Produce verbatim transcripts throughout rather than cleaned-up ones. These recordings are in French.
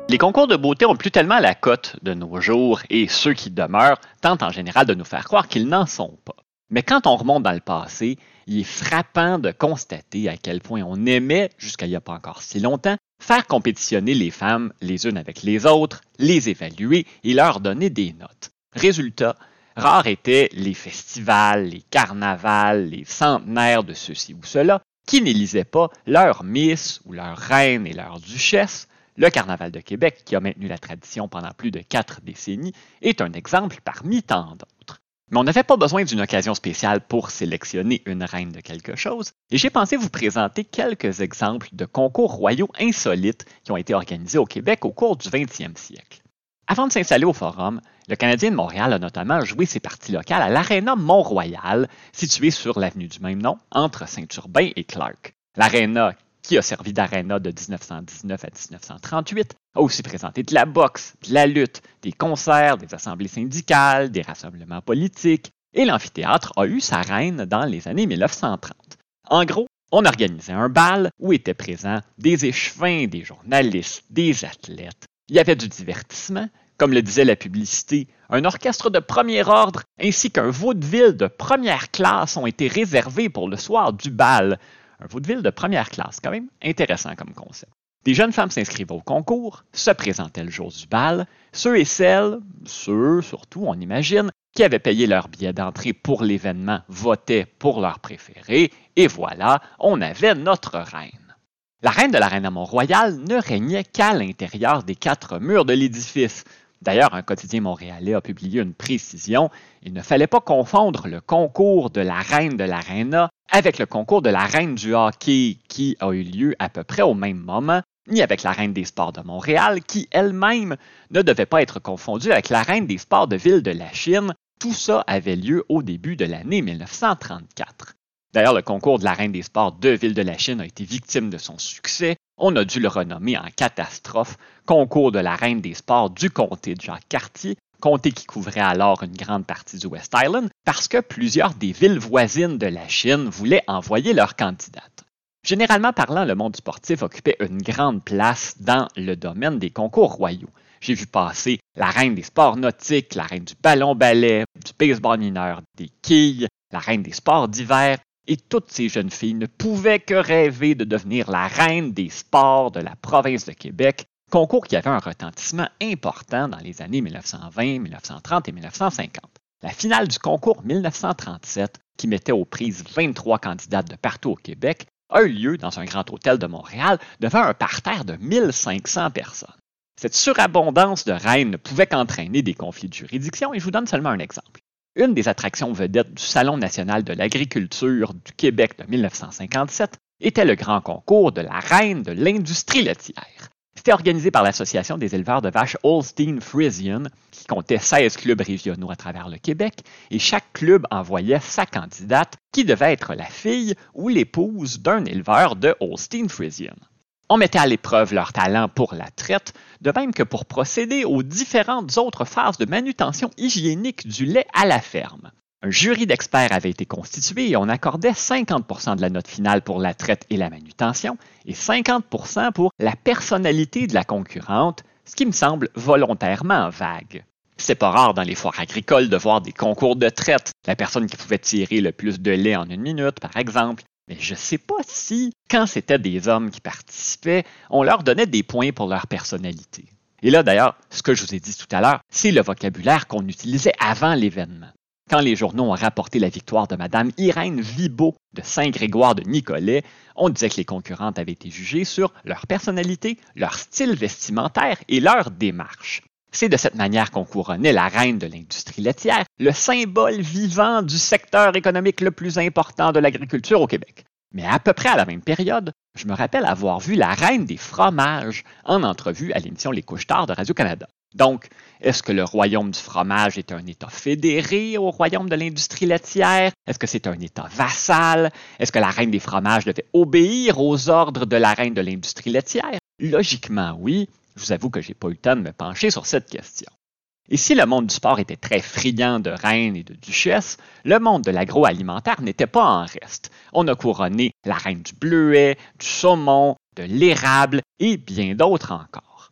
Les concours de beauté ont plus tellement la cote de nos jours et ceux qui demeurent tentent en général de nous faire croire qu'ils n'en sont pas. Mais quand on remonte dans le passé, il est frappant de constater à quel point on aimait, jusqu'à il n'y a pas encore si longtemps, faire compétitionner les femmes les unes avec les autres, les évaluer et leur donner des notes. Résultat, rares étaient les festivals, les carnavals, les centenaires de ceci ou cela qui n'élisaient pas leur Miss ou leur reine et leur duchesse. Le Carnaval de Québec, qui a maintenu la tradition pendant plus de quatre décennies, est un exemple parmi tant d'autres. Mais on n'avait pas besoin d'une occasion spéciale pour sélectionner une reine de quelque chose, et j'ai pensé vous présenter quelques exemples de concours royaux insolites qui ont été organisés au Québec au cours du vingtième siècle. Avant de s'installer au Forum, le Canadien de Montréal a notamment joué ses parties locales à l'Aréna Mont-Royal, située sur l'avenue du même nom, entre Saint-Urbain et Clark. L'Aréna, qui a servi d'aréna de dix-neuf cent dix-neuf à dix-neuf cent trente-huit, a aussi présenté de la boxe, de la lutte, des concerts, des assemblées syndicales, des rassemblements politiques, et l'amphithéâtre a eu sa reine dans les années mille neuf cent trente. En gros, on organisait un bal où étaient présents des échevins, des journalistes, des athlètes. Il y avait du divertissement, comme le disait la publicité, un orchestre de premier ordre ainsi qu'un vaudeville de première classe ont été réservés pour le soir du bal. Un vaudeville de première classe, quand même intéressant comme concept. Des jeunes femmes s'inscrivaient au concours, se présentaient le jour du bal. Ceux et celles, ceux surtout, on imagine, qui avaient payé leur billet d'entrée pour l'événement votaient pour leur préféré, et voilà, on avait notre reine. La reine de l'Aréna Mont-Royal ne régnait qu'à l'intérieur des quatre murs de l'édifice. D'ailleurs, un quotidien montréalais a publié une précision. Il ne fallait pas confondre le concours de la reine de l'Aréna avec le concours de la reine du hockey qui a eu lieu à peu près au même moment, ni avec la reine des sports de Montréal qui elle-même ne devait pas être confondue avec la reine des sports de ville de la Chine. Tout ça avait lieu au début de l'année mille neuf cent trente-quatre. D'ailleurs, le concours de la reine des sports de ville de la Chine a été victime de son succès. On a dû le renommer en catastrophe concours de la reine des sports du comté de Jacques-Cartier, comté qui couvrait alors une grande partie du West Island, parce que plusieurs des villes voisines de la Chine voulaient envoyer leurs candidates. Généralement parlant, le monde sportif occupait une grande place dans le domaine des concours royaux. J'ai vu passer la reine des sports nautiques, la reine du ballon-ballet, du baseball mineur, des quilles, la reine des sports d'hiver, et toutes ces jeunes filles ne pouvaient que rêver de devenir la reine des sports de la province de Québec, concours qui avait un retentissement important dans les années mille neuf cent vingt, mille neuf cent trente et mille neuf cent cinquante. La finale du concours mille neuf cent trente-sept, qui mettait aux prises vingt-trois candidates de partout au Québec, a eu lieu dans un grand hôtel de Montréal devant un parterre de mille cinq cents personnes. Cette surabondance de reines ne pouvait qu'entraîner des conflits de juridiction et je vous donne seulement un exemple. Une des attractions vedettes du Salon national de l'agriculture du Québec de mille neuf cent cinquante-sept était le grand concours de la reine de l'industrie laitière. C'était organisé par l'Association des éleveurs de vaches Holstein-Friesian, qui comptait seize clubs régionaux à travers le Québec, et chaque club envoyait sa candidate, qui devait être la fille ou l'épouse d'un éleveur de Holstein-Friesian. On mettait à l'épreuve leur talent pour la traite, de même que pour procéder aux différentes autres phases de manutention hygiénique du lait à la ferme. Un jury d'experts avait été constitué et on accordait cinquante pour cent de la note finale pour la traite et la manutention et cinquante pour cent pour la personnalité de la concurrente, ce qui me semble volontairement vague. C'est pas rare dans les foires agricoles de voir des concours de traite, la personne qui pouvait tirer le plus de lait en une minute, par exemple. Mais je ne sais pas si, quand c'était des hommes qui participaient, on leur donnait des points pour leur personnalité. Et là, d'ailleurs, ce que je vous ai dit tout à l'heure, c'est le vocabulaire qu'on utilisait avant l'événement. Quand les journaux ont rapporté la victoire de Mme Irène Vibeau de Saint-Grégoire de Nicolet, on disait que les concurrentes avaient été jugées sur leur personnalité, leur style vestimentaire et leur démarche. C'est de cette manière qu'on couronnait la reine de l'industrie laitière, le symbole vivant du secteur économique le plus important de l'agriculture au Québec. Mais à peu près à la même période, je me rappelle avoir vu la reine des fromages en entrevue à l'émission Les Couche-Tard de Radio-Canada. Donc, est-ce que le royaume du fromage est un État fédéré au royaume de l'industrie laitière? Est-ce que c'est un État vassal? Est-ce que la reine des fromages devait obéir aux ordres de la reine de l'industrie laitière? Logiquement, oui. Je vous avoue que je n'ai pas eu le temps de me pencher sur cette question. Et si le monde du sport était très friand de reines et de duchesses, le monde de l'agroalimentaire n'était pas en reste. On a couronné la reine du bleuet, du saumon, de l'érable et bien d'autres encore.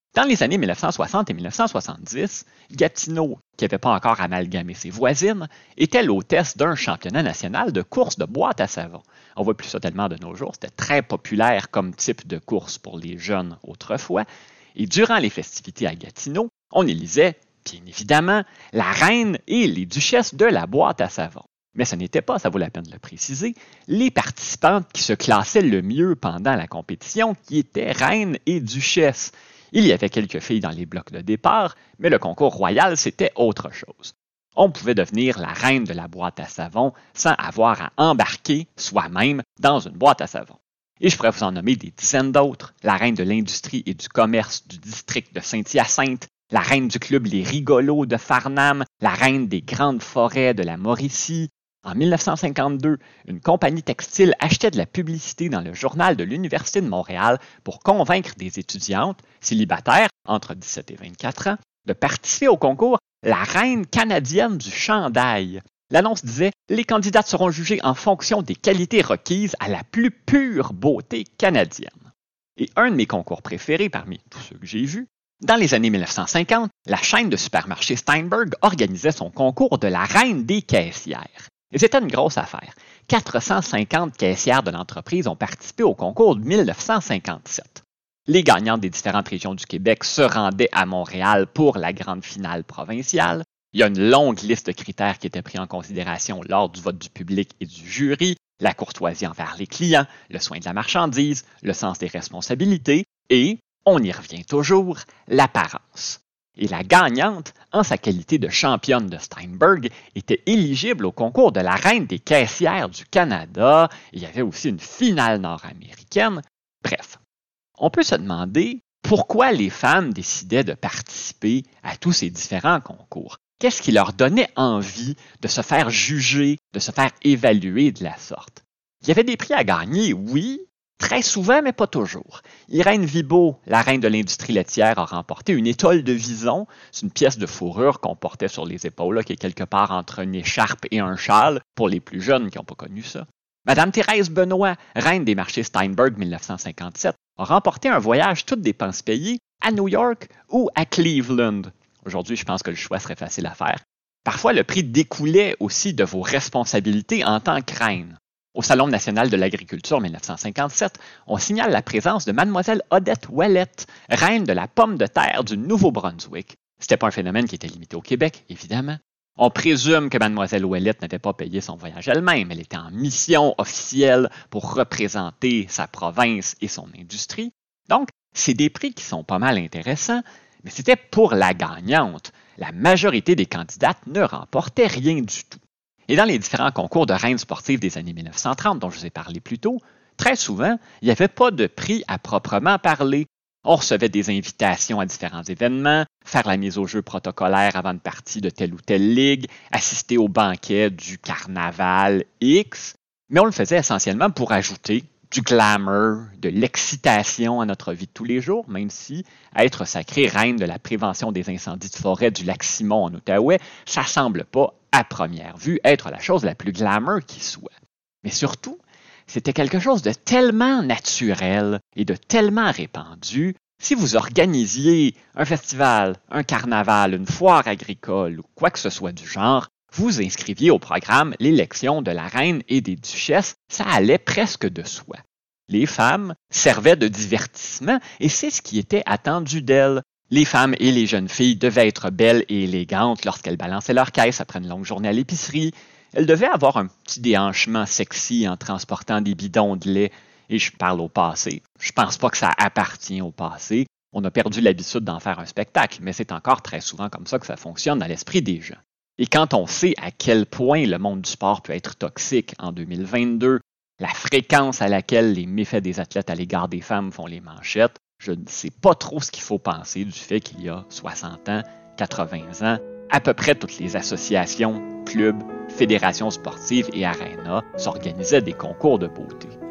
Dans les années mille neuf cent soixante et mille neuf cent soixante-dix, Gatineau, qui n'avait pas encore amalgamé ses voisines, était l'hôtesse d'un championnat national de course de boîte à savon. On voit plus ça tellement de nos jours, c'était très populaire comme type de course pour les jeunes autrefois. Et durant les festivités à Gatineau, on élisait, bien évidemment, la reine et les duchesses de la boîte à savon. Mais ce n'était pas, ça vaut la peine de le préciser, les participantes qui se classaient le mieux pendant la compétition qui étaient reines et duchesses. Il y avait quelques filles dans les blocs de départ, mais le concours royal, c'était autre chose. On pouvait devenir la reine de la boîte à savon sans avoir à embarquer soi-même dans une boîte à savon. Et je pourrais vous en nommer des dizaines d'autres, la reine de l'industrie et du commerce du district de Saint-Hyacinthe, la reine du club Les Rigolos de Farnham, la reine des grandes forêts de la Mauricie. En mille neuf cent cinquante-deux, une compagnie textile achetait de la publicité dans le journal de l'Université de Montréal pour convaincre des étudiantes, célibataires entre dix-sept et vingt-quatre ans, de participer au concours La reine canadienne du chandail. L'annonce disait « Les candidates seront jugées en fonction des qualités requises à la plus pure beauté canadienne ». Et un de mes concours préférés parmi tous ceux que j'ai vus, dans les années mille neuf cent cinquante, la chaîne de supermarchés Steinberg organisait son concours de la reine des caissières. Et c'était une grosse affaire. quatre cent cinquante caissières de l'entreprise ont participé au concours de mille neuf cent cinquante-sept. Les gagnants des différentes régions du Québec se rendaient à Montréal pour la grande finale provinciale. Il y a une longue liste de critères qui étaient pris en considération lors du vote du public et du jury, la courtoisie envers les clients, le soin de la marchandise, le sens des responsabilités et, on y revient toujours, l'apparence. Et la gagnante, en sa qualité de championne de Steinberg, était éligible au concours de la reine des caissières du Canada. Il y avait aussi une finale nord-américaine. Bref, on peut se demander pourquoi les femmes décidaient de participer à tous ces différents concours. Qu'est-ce qui leur donnait envie de se faire juger, de se faire évaluer de la sorte? Il y avait des prix à gagner, oui, très souvent, mais pas toujours. Irène Vibeau, la reine de l'industrie laitière, a remporté une étole de vison. C'est une pièce de fourrure qu'on portait sur les épaules, là, qui est quelque part entre une écharpe et un châle, pour les plus jeunes qui n'ont pas connu ça. Madame Thérèse Benoît, reine des marchés Steinberg mille neuf cent cinquante-sept, a remporté un voyage toutes dépenses payées à New York ou à Cleveland. Aujourd'hui, je pense que le choix serait facile à faire. Parfois, le prix découlait aussi de vos responsabilités en tant que reine. Au Salon national de l'agriculture mille neuf cent cinquante-sept, on signale la présence de mademoiselle Odette Ouellette, reine de la pomme de terre du Nouveau-Brunswick. C'était pas un phénomène qui était limité au Québec, évidemment. On présume que mademoiselle Ouellette n'avait pas payé son voyage elle-même. Elle était en mission officielle pour représenter sa province et son industrie. Donc, c'est des prix qui sont pas mal intéressants, mais c'était pour la gagnante. La majorité des candidates ne remportaient rien du tout. Et dans les différents concours de reines sportives des années mille neuf cent trente dont je vous ai parlé plus tôt, très souvent, il n'y avait pas de prix à proprement parler. On recevait des invitations à différents événements, faire la mise au jeu protocolaire avant une partie de telle ou telle ligue, assister au banquet du carnaval X, mais on le faisait essentiellement pour ajouter du glamour, de l'excitation à notre vie de tous les jours, même si être sacrée reine de la prévention des incendies de forêt du lac Simon en Outaouais, ça semble pas, à première vue, être la chose la plus glamour qui soit. Mais surtout, c'était quelque chose de tellement naturel et de tellement répandu. Si vous organisiez un festival, un carnaval, une foire agricole ou quoi que ce soit du genre, vous inscriviez au programme l'élection de la reine et des duchesses, ça allait presque de soi. Les femmes servaient de divertissement et c'est ce qui était attendu d'elles. Les femmes et les jeunes filles devaient être belles et élégantes lorsqu'elles balançaient leur caisse après une longue journée à l'épicerie. Elles devaient avoir un petit déhanchement sexy en transportant des bidons de lait. Et je parle au passé. Je pense pas que ça appartient au passé. On a perdu l'habitude d'en faire un spectacle, mais c'est encore très souvent comme ça que ça fonctionne dans l'esprit des gens. Et quand on sait à quel point le monde du sport peut être toxique en deux mille vingt-deux, la fréquence à laquelle les méfaits des athlètes à l'égard des femmes font les manchettes, je ne sais pas trop ce qu'il faut penser du fait qu'il y a soixante ans, quatre-vingts ans, à peu près toutes les associations, clubs, fédérations sportives et arénas s'organisaient des concours de beauté.